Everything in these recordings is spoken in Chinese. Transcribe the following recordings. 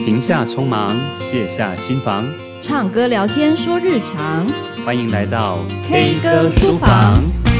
停下匆忙，卸下心防， 唱歌聊天说日常， 欢迎来到 K 歌书房。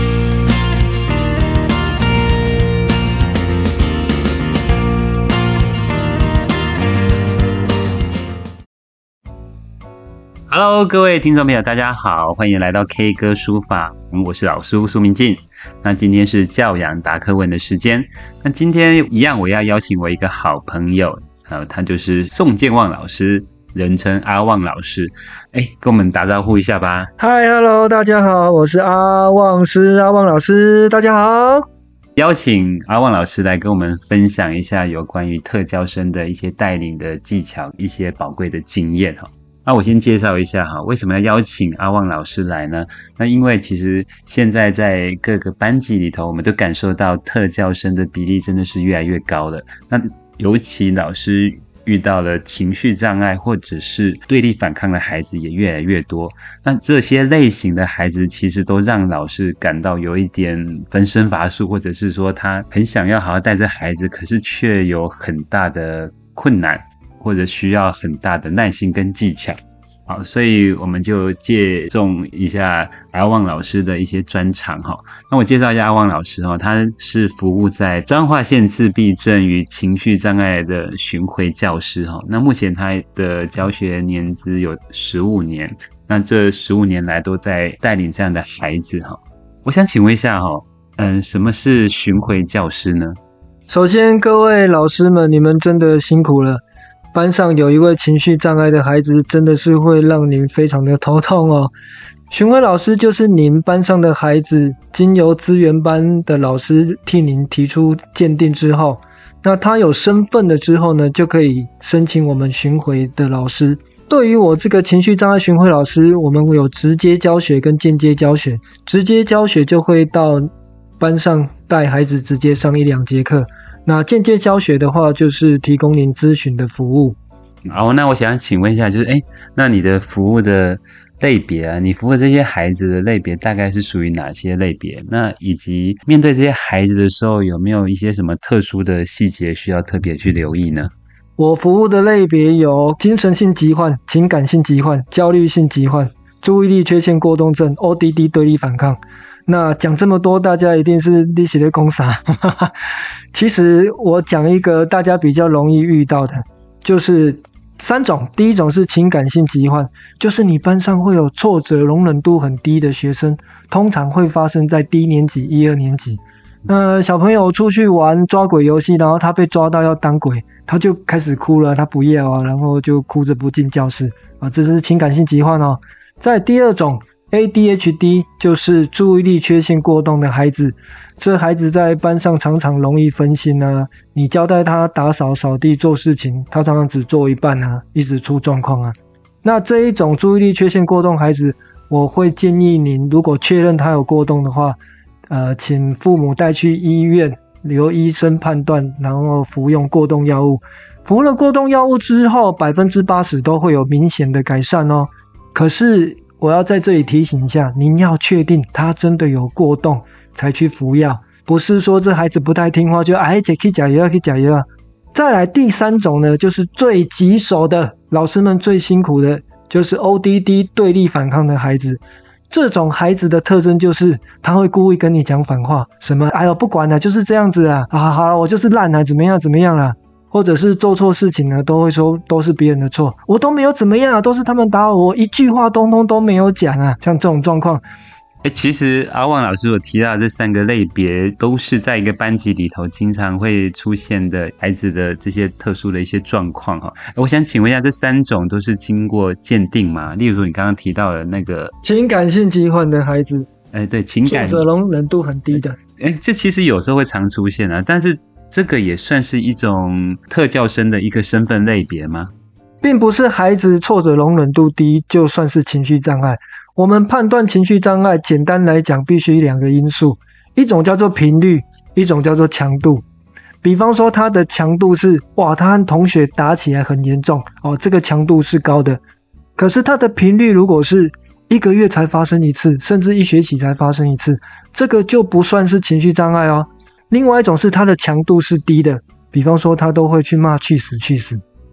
Hello， 各位听众朋友，大家好，欢迎来到 K 歌书房，我是老苏苏明进。那今天是教养答课问的时间，那今天一样，我要邀请我一个好朋友，他就是宋建旺老师，人称阿旺老师。跟我们打招呼一下吧。 嗨 ，Hello， 大家好，我是阿旺师，阿旺老师，大家好。 邀请阿旺老师来跟我们分享一下有关于特教生的一些带领的技巧，一些宝贵的经验哈。那我先介绍一下哈，为什么要邀请阿旺老师来呢？那因为其实现在在各个班级里头，我们都感受到特教生的比例真的是越来越高了。那尤其老师遇到了情绪障碍或者是对立反抗的孩子也越来越多。那这些类型的孩子其实都让老师感到有一点分身乏术，或者是说他很想要好好带着孩子，可是却有很大的困难，或者需要很大的耐心跟技巧。好，所以我们就借重一下阿旺老师的一些专长哈。那我介绍一下阿旺老师哈，他是服务在彰化县自闭症与情绪障碍的巡回教师哈。那目前他的教学年资有15年，那这15年来都在带领这样的孩子哈。我想请问一下哈，什么是巡回教师呢？ 首先，各位老师们，你们真的辛苦了。班上有一位情绪障碍的孩子，真的是会让您非常的头痛哦。巡回老师就是您班上的孩子，经由资源班的老师替您提出鉴定之后，那他有身份了之后呢，就可以申请我们巡回的老师。对于我这个情绪障碍巡回老师，我们有直接教学跟间接教学。直接教学就会到班上带孩子直接上1-2节课。那间接教学的话，就是提供您咨询的服务。 好，那我想请问一下，就是那你的服务的类别啊，你服务这些孩子的类别大概是属于哪些类别？那以及面对这些孩子的时候，有没有一些什么特殊的细节需要特别去留意呢？ 我服务的类别有精神性疾患、情感性疾患、焦虑性疾患、注意力缺陷过动症、ODD 对立反抗。那讲这么多，大家一定是你是在讲啥？其实我讲一个大家比较容易遇到的，就是3种。第一种是情感性疾患，就是你班上会有挫折容忍度很低的学生，通常会发生在低年级、1、2年级。小朋友出去玩抓鬼游戏，然后他被抓到要当鬼，他就开始哭了，他不要啊，然后就哭着不进教室啊，这是情感性疾患哦。再第二种。ADHD 就是注意力缺陷过动的孩子，这孩子在班上常常容易分心啊，你交代他打扫扫地做事情，他常常只做一半啊，一直出状况啊。那这一种注意力缺陷过动孩子，我会建议您，如果确认他有过动的话，请父母带去医院，由医生判断，然后服用过动药物。服了过动药物之后，80%都会有明显的改善哦。可是我要在这里提醒一下，您要确定他真的有过动才去服药，不是说这孩子不太听话就去加油去加油啊。再来第3种呢，就是最棘手的，老师们最辛苦的，就是 ODD 对立反抗的孩子。这种孩子的特征就是他会故意跟你讲反话，什么不管了，就是这样子啊，好了，我就是烂了，怎么样怎么样啦。或者是做错事情呢，都会说都是别人的错，我都没有怎么样啊，都是他们打我，一句话通通都没有讲啊，像这种状况。 其实阿旺老师所提到的这3个类别，都是在一个班级里头经常会出现的孩子的这些特殊的一些状况哈。我想请问一下，这3种都是经过鉴定吗？例如说你刚刚提到的那个情感性疾患的孩子， 对，情感挫折容忍度很低的， 这其实有时候会常出现啊，但是这个也算是一种特教生的一个身份类别吗？ 并不是孩子挫折容忍度低就算是情绪障碍。我们判断情绪障碍，简单来讲必须2个因素，一种叫做频率，一种叫做强度。比方说他的强度是他和同学打起来很严重这个强度是高的。可是他的频率如果是1个月才发生一次，甚至1学期才发生一次，这个就不算是情绪障碍哦。另外一种是他的强度是低的，比方说他都会去骂去死去死，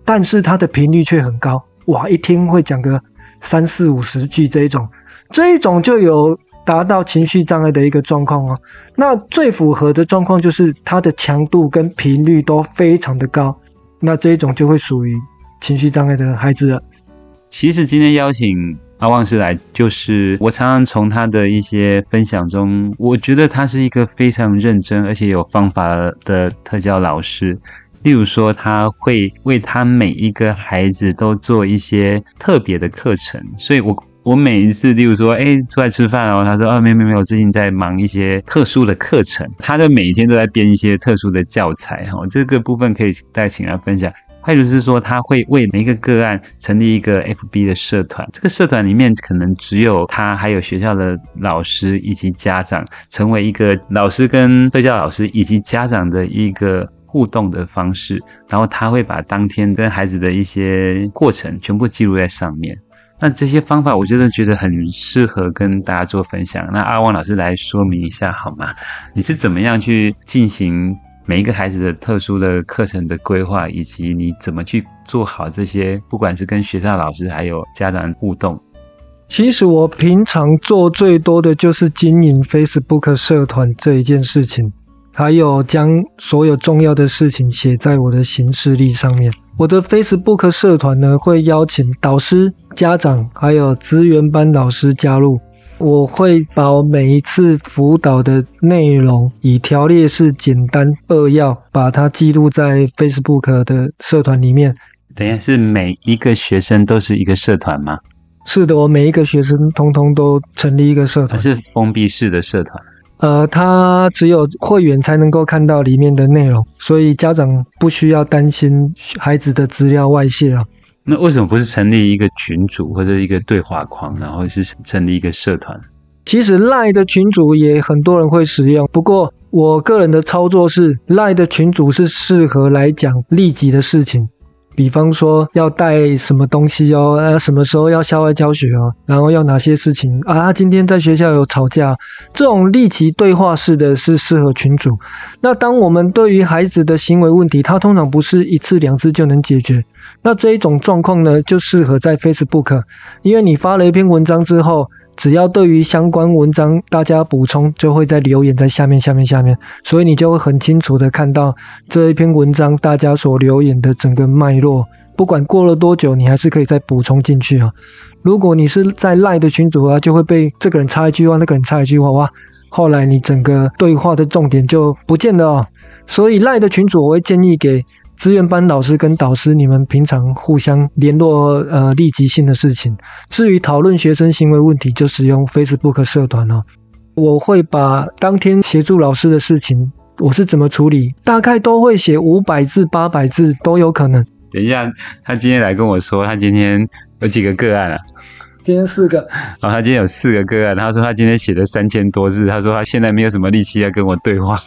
但是他的频率却很高，哇，一天会讲个3、4、50句这一种就有达到情绪障碍的一个状况哦。那最符合的状况就是它的强度跟频率都非常的高，那这一种就会属于情绪障碍的孩子了。 其实今天邀请阿旺师来，就是我常常从他的一些分享中，我觉得他是一个非常认真而且有方法的特教老师。例如说，他会为他每一个孩子都做一些特别的课程，所以我每一次，例如说，出来吃饭哦，他说没有，我最近在忙一些特殊的课程，他的每一天都在编一些特殊的教材哈，这个部分可以再请他分享。还有就是说，他会为每一个个案成立一个 FB 的社团，这个社团里面可能只有他，还有学校的老师以及家长，成为一个老师跟特教老师以及家长的一个互动的方式，然后他会把当天跟孩子的一些过程全部记录在上面。那这些方法我觉得很适合跟大家做分享。那阿旺老师来说明一下好吗？你是怎么样去进行每一个孩子的特殊的课程的规划，以及你怎么去做好这些不管是跟学校老师还有家长互动？ 其实我平常做最多的就是经营 Facebook 社团这一件事情，还有将所有重要的事情写在我的行事历上面。我的 Facebook 社团呢，会邀请导师、家长还有资源班老师加入。我会把每一次辅导的内容以条列式简单扼要把它记录在 Facebook 的社团里面。 等一下，是每一个学生都是一个社团吗？ 是的，我每一个学生通通都成立一个社团。 是封闭式的社团？ 它只有会员才能够看到里面的内容，所以家长不需要担心孩子的资料外泄啊。 那为什么不是成立一个群组或者一个对话框，然后是成立一个社团？ 其实 LINE 的群组也很多人会使用，不过我个人的操作是 LINE 的群组是适合来讲立即的事情，比方说要带什么东西哦，什么时候要校外教学哦，然后要哪些事情啊，今天在学校有吵架，这种立即对话式的是适合群组。那当我们对于孩子的行为问题，它通常不是1次2次就能解决，那这一种状况呢，就适合在 Facebook， 因为你发了一篇文章之后，只要对于相关文章大家补充，就会在留言在下面，所以你就会很清楚的看到这一篇文章大家所留言的整个脉络，不管过了多久，你还是可以再补充进去啊。如果你是在 LINE 的群组啊，就会被这个人插一句话，那个人插一句话，哇，后来你整个对话的重点就不见了哦。所以 LINE 的群组我会建议给资源班老师跟导师，你们平常互相联络立即性的事情。至于讨论学生行为问题，就使用 Facebook 社团哦。我会把当天协助老师的事情我是怎么处理，大概都会写500字800字都有可能。 等一下，他今天来跟我说他今天有几个个案啊？ 今天4个。 他今天有4个个案，他说他今天写了3000多字，他说他现在没有什么力气要跟我对话。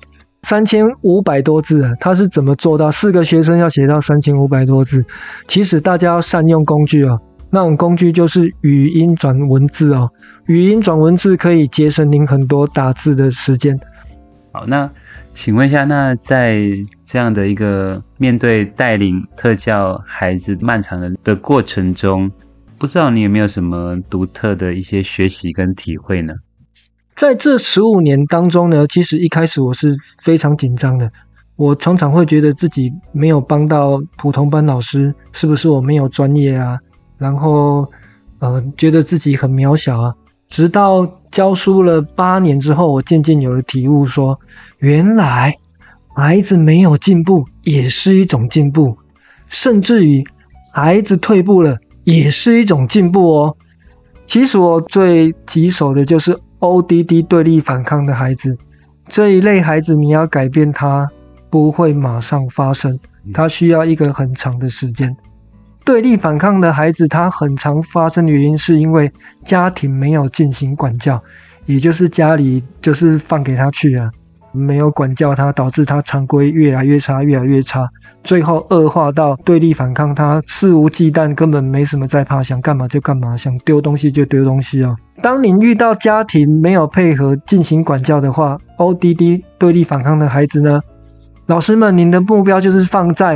3500多字啊，他是怎么做到4个学生要写到3500多字？其实大家要善用工具哦，那种工具就是语音转文字哦，语音转文字可以节省您很多打字的时间。 好，那请问一下，那在这样的一个面对带领特教孩子漫长的过程中，不知道你有没有什么独特的一些学习跟体会呢？ 在这15年当中呢，其实一开始我是非常紧张的，我常常会觉得自己没有帮到普通班老师，是不是我没有专业啊？然后觉得自己很渺小啊。直到教书了8年之后，我渐渐有了体悟说，原来孩子没有进步也是一种进步，甚至于孩子退步了也是一种进步哦。其实我最棘手的就是ODD 对立反抗的孩子，这一类孩子你要改变他不会马上发生，他需要一个很长的时间。对立反抗的孩子他很常发生的原因是因为家庭没有进行管教，也就是家里就是放给他去啊，没有管教他，导致他常规越来越差，最后恶化到对立反抗，他肆无忌惮，根本没什么在怕，想干嘛就干嘛，想丢东西就丢东西哦。当你遇到家庭没有配合进行管教的话， ODD 对立反抗的孩子呢，老师们您的目标就是放在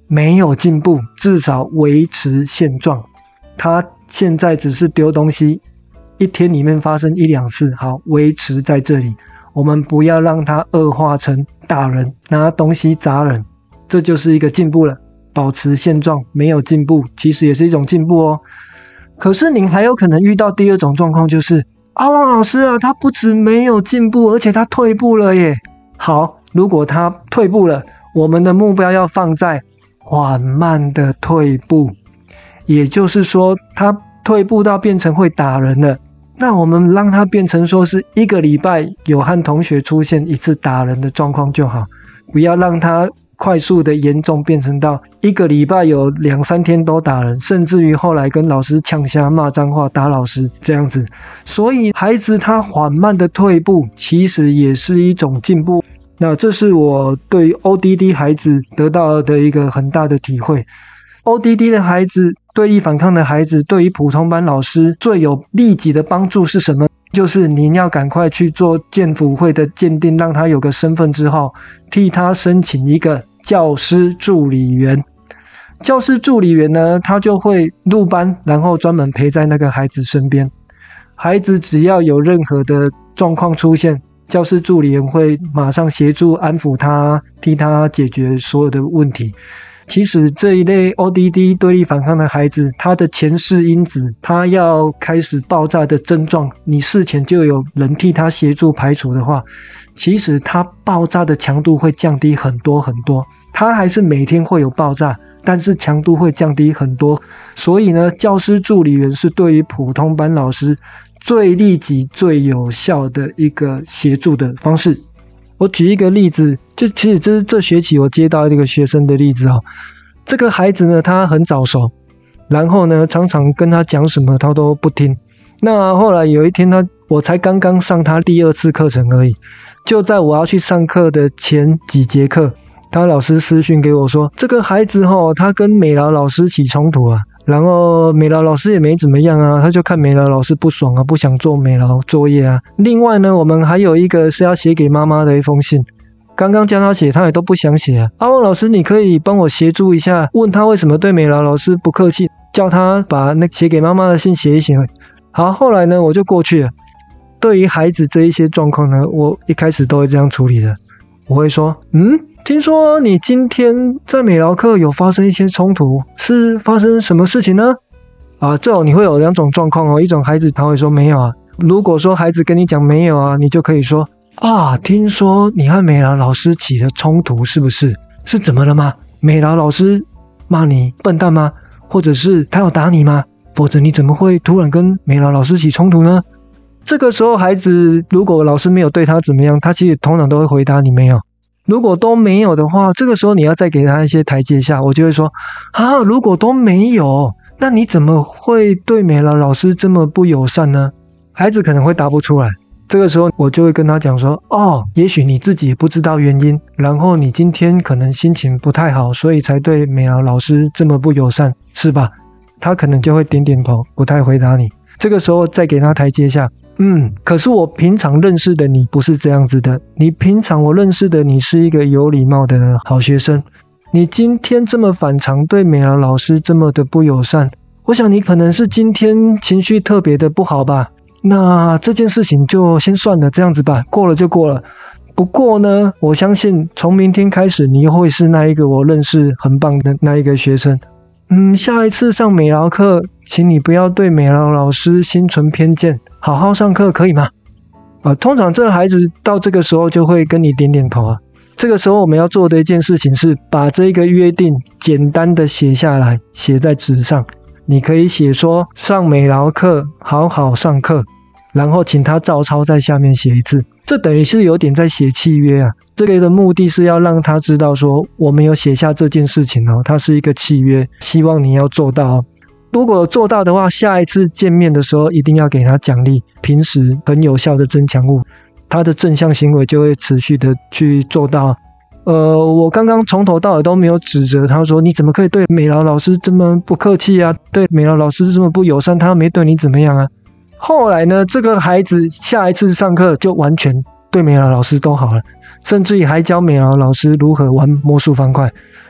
没有进步，至少维持现状。他现在只是丢东西，一天里面发生1-2次，好，维持在这里。我们不要让他恶化成打人，拿东西砸人，这就是一个进步了。保持现状，没有进步，其实也是一种进步哦。可是您还有可能遇到第二种状况，就是阿旺老师啊，他不止没有进步，而且他退步了耶。好，如果他退步了，我们的目标要放在缓慢的退步，也就是说他退步到变成会打人了，那我们让他变成说是1个礼拜有和同学出现1次打人的状况就好，不要让他快速的严重变成到1个礼拜有2-3天都打人，甚至于后来跟老师呛瞎骂脏话打老师这样子。所以孩子他缓慢的退步其实也是一种进步。那这是我对 ODD 孩子得到的一个很大的体会。ODD 的孩子，对立反抗的孩子，对于普通班老师最有立即的帮助是什么？就是您要赶快去做健辅会的鉴定，让他有个身份之后，替他申请一个教师助理员。教师助理员呢，他就会入班，然后专门陪在那个孩子身边。孩子只要有任何的状况出现，教师助理员会马上协助安抚他，替他解决所有的问题。其实这一类 ODD 对立反抗的孩子，他的前世因子，他要开始爆炸的症状，你事前就有人替他协助排除的话，其实他爆炸的强度会降低很多很多。他还是每天会有爆炸，但是强度会降低很多。所以呢，教师助理员是对于普通班老师最立即最有效的一个协助的方式。我举一个例子，其实这是这学期我接到一个学生的例子哦。这个孩子呢，他很早熟，然后呢，常常跟他讲什么他都不听。那后来有一天我才刚刚上他第2次课程而已，就在我要去上课的前几节课，他老师私讯给我说，这个孩子他跟美劳老师起冲突啊。然后美劳老师也没怎么样啊，他就看美劳老师不爽啊，不想做美劳作业啊。另外呢，我们还有一个是要写给妈妈的一封信，刚刚叫他写，他也都不想写啊。阿旺老师，你可以帮我协助一下，问他为什么对美劳老师不客气，叫他把那写给妈妈的信写一写。好，后来呢，我就过去了。对于孩子这一些状况呢，我一开始都会这样处理的。我会说，听说你今天在美劳课有发生一些冲突，是发生什么事情呢？这种你会有2种状况哦。一种孩子他会说没有啊。如果说孩子跟你讲没有啊，你就可以说听说你和美劳老师起了冲突，是不是？是怎么了吗？美劳老师骂你笨蛋吗？或者是他有打你吗？否则你怎么会突然跟美劳老师起冲突呢？这个时候孩子如果老师没有对他怎么样，他其实通常都会回答你没有。如果都没有的话，这个时候你要再给他一些台阶下，我就会说如果都没有，那你怎么会对美劳老师这么不友善呢？孩子可能会答不出来，这个时候我就会跟他讲说，也许你自己也不知道原因，然后你今天可能心情不太好，所以才对美劳老师这么不友善，是吧？他可能就会点点头，不太回答你。这个时候再给他台阶下，可是我平常认识的你不是这样子的，我认识的你是一个有礼貌的好学生，你今天这么反常，对美劳老师这么的不友善，我想你可能是今天情绪特别的不好吧。那这件事情就先算了，这样子吧，过了就过了。不过呢，我相信从明天开始，你会是那一个我认识很棒的那一个学生。下一次上美劳课，请你不要对美劳老师心存偏见，好好上课，可以吗？通常这个孩子到这个时候就会跟你点点头啊。这个时候我们要做的一件事情是把这个约定简单的写下来，写在纸上。你可以写说，上美劳课好好上课，然后请他照抄在下面写一次。这等于是有点在写契约啊。这个的目的是要让他知道说，我们有写下这件事情它是一个契约，希望你要做到。如果做到的话，下一次见面的时候一定要给他奖励，平时很有效的增强物，他的正向行为就会持续的去做到。我刚刚从头到尾都没有指责他说，你怎么可以对美劳老师这么不客气啊，对美劳老师这么不友善，他没对你怎么样啊。后来呢，这个孩子下一次上课就完全对美劳老师都好了，甚至于还教美劳老师如何玩魔术方块。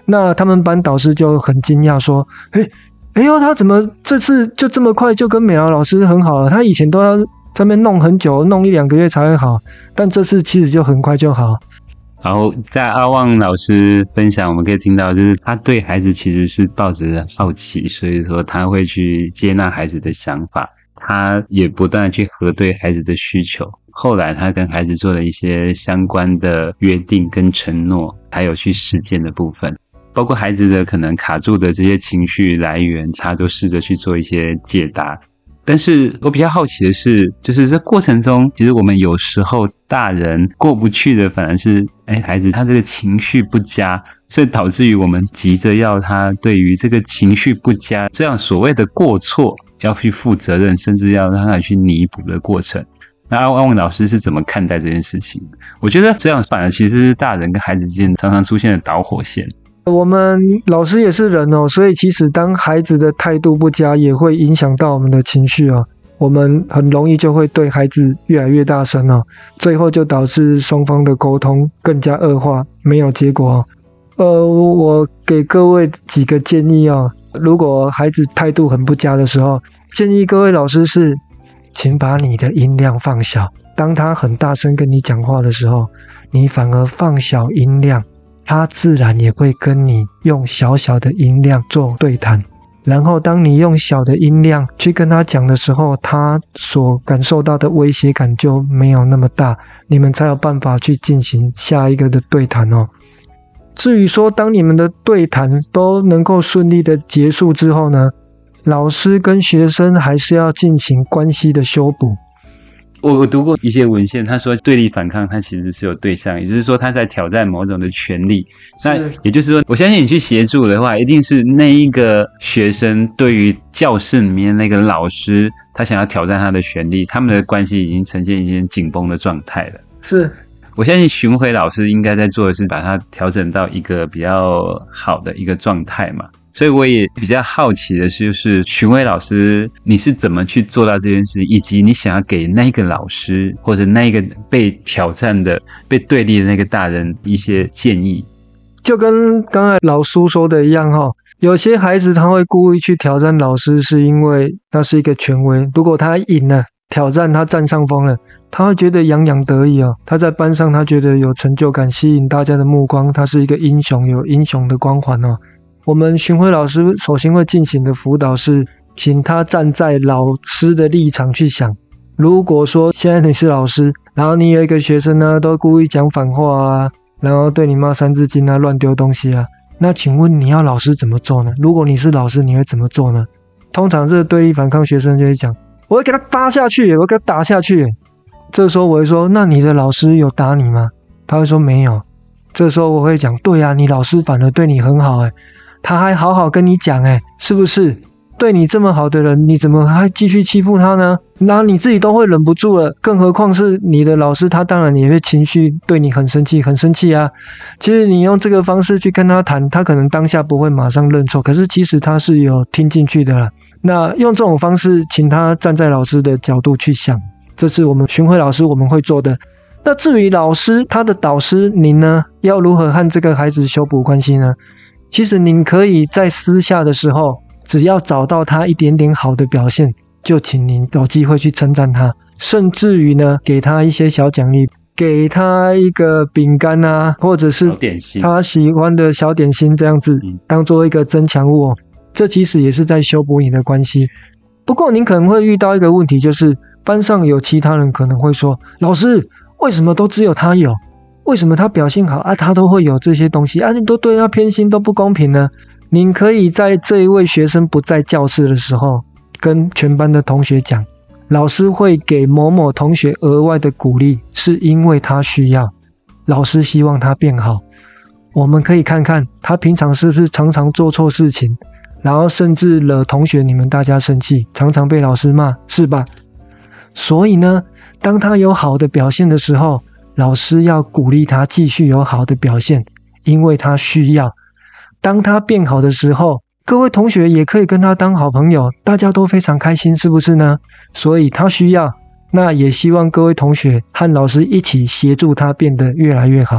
那他们班导师就很惊讶说，哎呦，他怎么这次就这么快就跟美瑶老师很好了？他以前都要在那边弄很久，弄1-2个月才会好，但这次其实就很快就好。 然后在阿旺老师分享，我们可以听到，就是他对孩子其实是抱着好奇，所以说他会去接纳孩子的想法，他也不断地去核对孩子的需求。后来他跟孩子做了一些相关的约定跟承诺，还有去实践的部分，包括孩子的可能卡住的这些情绪来源，他都试着去做一些解答。但是我比较好奇的是，就是这过程中，其实我们有时候大人过不去的反而是孩子他这个情绪不佳，所以导致于我们急着要他对于这个情绪不佳这样所谓的过错要去负责任，甚至要让他去弥补的过程。那阿旺老师是怎么看待这件事情？我觉得这样反而其实是大人跟孩子之间常常出现的导火线。 我们老师也是人哦，所以其实当孩子的态度不佳，也会影响到我们的情绪哦。我们很容易就会对孩子越来越大声哦，最后就导致双方的沟通更加恶化，没有结果哦。我给各位几个建议哦，如果孩子态度很不佳的时候，建议各位老师是，请把你的音量放小。当他很大声跟你讲话的时候，你反而放小音量，他自然也会跟你用小小的音量做对谈。然后当你用小的音量去跟他讲的时候，他所感受到的威胁感就没有那么大，你们才有办法去进行下一个的对谈哦。至于说当你们的对谈都能够顺利的结束之后呢，老师跟学生还是要进行关系的修补。 我读过一些文献，他说对立反抗它其实是有对象，也就是说他在挑战某种的权利。那也就是说，我相信你去协助的话，一定是那一个学生对于教室里面那个老师，他想要挑战他的权利，他们的关系已经呈现一些紧绷的状态了。 是， 我相信巡回老师应该在做的是把它调整到一个比较好的一个状态嘛。所以我也比较好奇的是，就是巡回老师你是怎么去做到这件事，以及你想要给那个老师或者那个被挑战的被对立的那个大人一些建议。 就跟刚才老苏说的一样齁，有些孩子他会故意去挑战老师，是因为那是一个权威，如果他赢了，挑战他占上风了，他会觉得洋洋得意哦，他在班上他觉得有成就感，吸引大家的目光，他是一个英雄，有英雄的光环哦。我们巡回老师首先会进行的辅导是，请他站在老师的立场去想，如果说现在你是老师，然后你有一个学生呢，都故意讲反话啊，然后对你骂三字经啊，乱丢东西啊，那请问你要老师怎么做呢？如果你是老师，你会怎么做呢？通常这个对立反抗学生就会讲，我会给他扒下去，我会给他打下去。这时候我会说，那你的老师有打你吗？他会说没有。这时候我会讲，对啊，你老师反而对你很好他还好好跟你讲是不是？对你这么好的人，你怎么还继续欺负他呢？那你自己都会忍不住了，更何况是你的老师，他当然也会情绪对你很生气啊。其实你用这个方式去跟他谈，他可能当下不会马上认错，可是其实他是有听进去的啦。那用这种方式请他站在老师的角度去想，这是我们巡回老师我们会做的。那至于老师他的导师您呢，要如何和这个孩子修补关系呢？其实您可以在私下的时候，只要找到他一点点好的表现，就请您有机会去称赞他，甚至于呢，给他一些小奖励，给他一个饼干啊，或者是他喜欢的小点心，这样子当做一个增强物这其实也是在修补你的关系。不过您可能会遇到一个问题，就是班上有其他人可能会说，老师为什么都只有他有？为什么他表现好他都会有这些东西你都对他偏心，都不公平呢？您可以在这一位学生不在教室的时候，跟全班的同学讲，老师会给某某同学额外的鼓励，是因为他需要，老师希望他变好。我们可以看看他平常是不是常常做错事情，然后甚至惹同学你们大家生气，常常被老师骂，是吧？所以呢，当他有好的表现的时候，老师要鼓励他继续有好的表现，因为他需要。当他变好的时候，各位同学也可以跟他当好朋友，大家都非常开心，是不是呢？所以他需要，那也希望各位同学和老师一起协助他变得越来越好。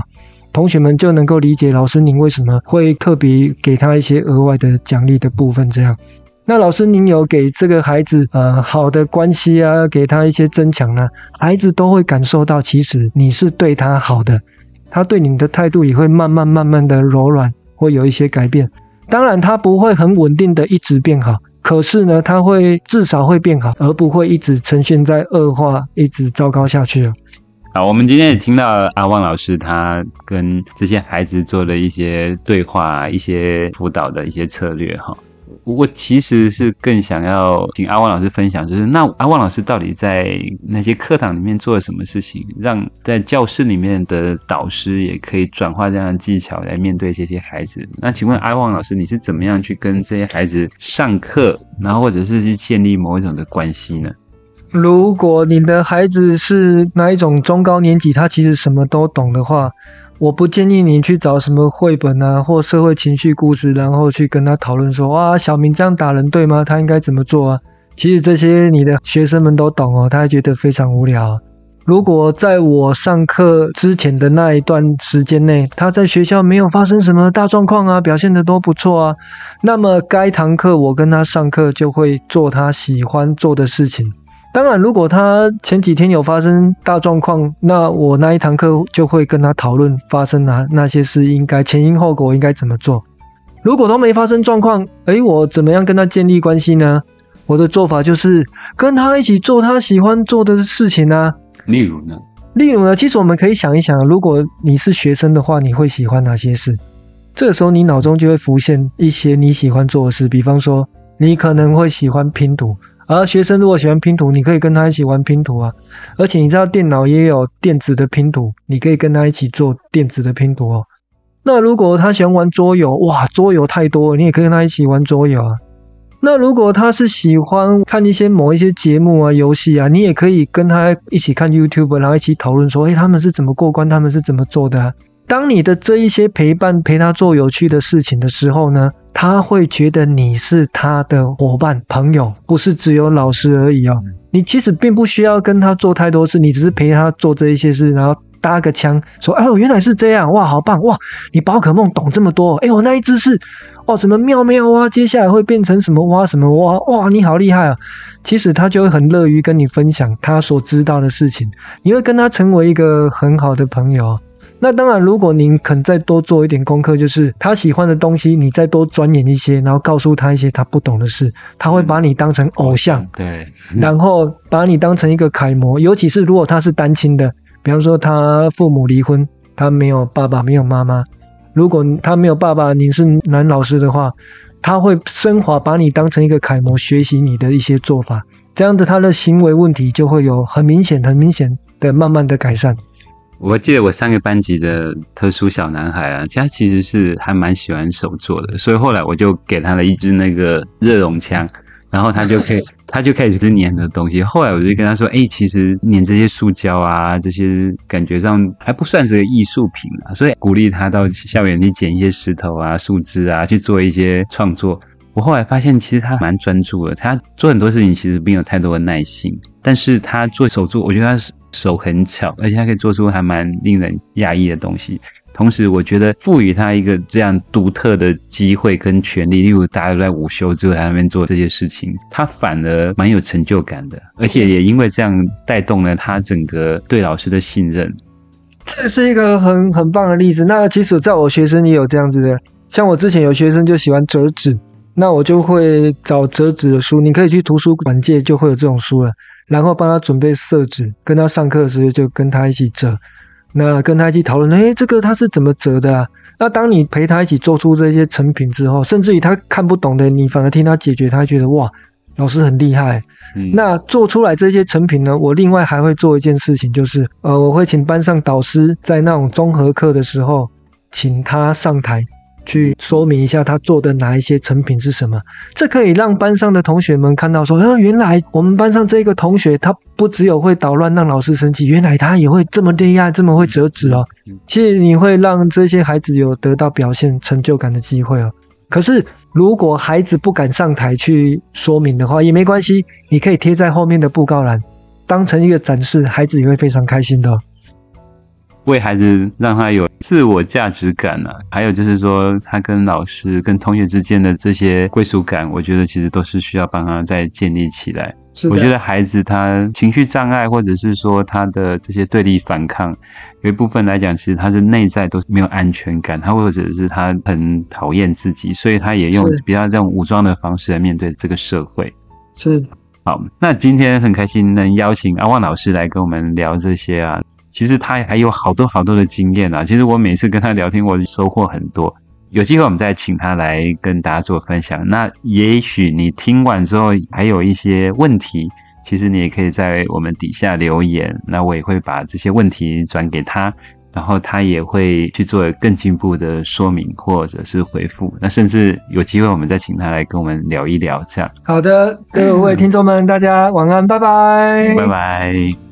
同学们就能够理解老师您为什么会特别给他一些额外的奖励的部分这样。那老师您有给这个孩子好的关系啊，给他一些增强呢，孩子都会感受到其实你是对他好的，他对你的态度也会慢慢的柔软，会有一些改变。当然他不会很稳定的一直变好，可是呢他会至少会变好，而不会一直呈现在恶化，一直糟糕下去了。 好，我们今天也听到阿旺老师他跟这些孩子做了一些对话，一些辅导的一些策略哈。我其实是更想要请阿旺老师分享，就是那阿旺老师到底在那些课堂里面做了什么事情，让在教室里面的导师也可以转化这样的技巧来面对这些孩子。那请问阿旺老师，你是怎么样去跟这些孩子上课，然后或者是去建立某一种的关系呢？ 如果你的孩子是哪一种中高年级，他其实什么都懂的话，我不建议你去找什么绘本啊或社会情绪故事，然后去跟他讨论说，哇，小明这样打人对吗？他应该怎么做啊？其实这些你的学生们都懂哦，他会觉得非常无聊。如果在我上课之前的那一段时间内，他在学校没有发生什么大状况啊，表现得都不错啊，那么该堂课我跟他上课就会做他喜欢做的事情。当然如果他前几天有发生大状况，那我那一堂课就会跟他讨论发生那些事应该前因后果应该怎么做。如果都没发生状况，我怎么样跟他建立关系呢？我的做法就是跟他一起做他喜欢做的事情啊。 例如呢， 其实我们可以想一想，如果你是学生的话，你会喜欢哪些事？这个时候你脑中就会浮现一些你喜欢做的事，比方说你可能会喜欢拼图，而学生如果喜欢拼图，你可以跟他一起玩拼图啊。而且你知道电脑也有电子的拼图，你可以跟他一起做电子的拼图哦。那如果他喜欢玩桌游，哇，桌游太多了，你也可以跟他一起玩桌游啊。那如果他是喜欢看某一些节目啊、游戏啊，你也可以跟他一起看 YouTube， 然后一起讨论说，他们是怎么过关，他们是怎么做的啊。当你的这一些陪伴陪他做有趣的事情的时候呢，他会觉得你是他的伙伴、朋友，不是只有老师而已哦。你其实并不需要跟他做太多事，你只是陪他做这一些事，然后搭个枪说，原来是这样，哇，好棒，哇，你宝可梦懂这么多，我那一只是什么妙妙啊，接下来会变成什么蛙什么蛙，哇，你好厉害啊。其实他就会很乐于跟你分享他所知道的事情，你会跟他成为一个很好的朋友。那当然如果您肯再多做一点功课，就是他喜欢的东西你再多钻研一些，然后告诉他一些他不懂的事，他会把你当成偶像， 对， 然后把你当成一个楷模。尤其是如果他是单亲的，比方说他父母离婚，他没有爸爸没有妈妈，如果他没有爸爸，你是男老师的话，他会升华把你当成一个楷模，学习你的一些做法，这样的他的行为问题就会有很明显的慢慢的改善。 我记得我上个班级的特殊小男孩啊，他其实是还蛮喜欢手作的，所以后来我就给他了一支那个热熔枪，然后他就开始是粘的东西。后来我就跟他说，其实粘这些塑胶啊，这些感觉上还不算是个艺术品啊，所以鼓励他到校园去捡一些石头啊、树枝啊，去做一些创作。我后来发现，其实他蛮专注的，他做很多事情其实没有太多的耐心，但是他做手作，我觉得他手很巧，而且他可以做出还蛮令人讶异的东西。同时我觉得赋予他一个这样独特的机会跟权利，例如大家都在午休之后在那边做这些事情，他反而蛮有成就感的，而且也因为这样带动了他整个对老师的信任。 这是一个很棒的例子。那其实在我学生也有这样子的，像我之前有学生就喜欢折纸，那我就会找折纸的书，你可以去图书馆借就会有这种书了，然后帮他准备色纸，跟他上课的时候就跟他一起折，那跟他一起讨论，这个他是怎么折的啊？那当你陪他一起做出这些成品之后，甚至于他看不懂的，你反而听他解决，他觉得哇，老师很厉害。那做出来这些成品呢，我另外还会做一件事情，就是我会请班上导师在那种综合课的时候，请他上台去说明一下他做的哪一些成品是什么。这可以让班上的同学们看到说，原来我们班上这个同学他不只有会捣乱让老师生气，原来他也会这么厉害，这么会折纸哦。其实你会让这些孩子有得到表现成就感的机会哦。可是如果孩子不敢上台去说明的话也没关系，你可以贴在后面的布告栏当成一个展示，孩子也会非常开心的哦。 为孩子让他有自我价值感啊，还有就是说他跟老师跟同学之间的这些归属感，我觉得其实都是需要帮他再建立起来。我觉得孩子他情绪障碍或者是说他的这些对立反抗，有一部分来讲其实他的内在都没有安全感，他或者是他很讨厌自己，所以他也用比较这种武装的方式来面对这个社会。 是。 好，那今天很开心能邀请阿旺老师来跟我们聊这些啊，其实他还有好多好多的经验啊，其实我每次跟他聊天我收获很多，有机会我们再请他来跟大家做分享。那也许你听完之后还有一些问题，其实你也可以在我们底下留言，那我也会把这些问题转给他，然后他也会去做更进一步的说明或者是回复，那甚至有机会我们再请他来跟我们聊一聊这样。 好的，各位听众们大家晚安，拜拜。 拜拜。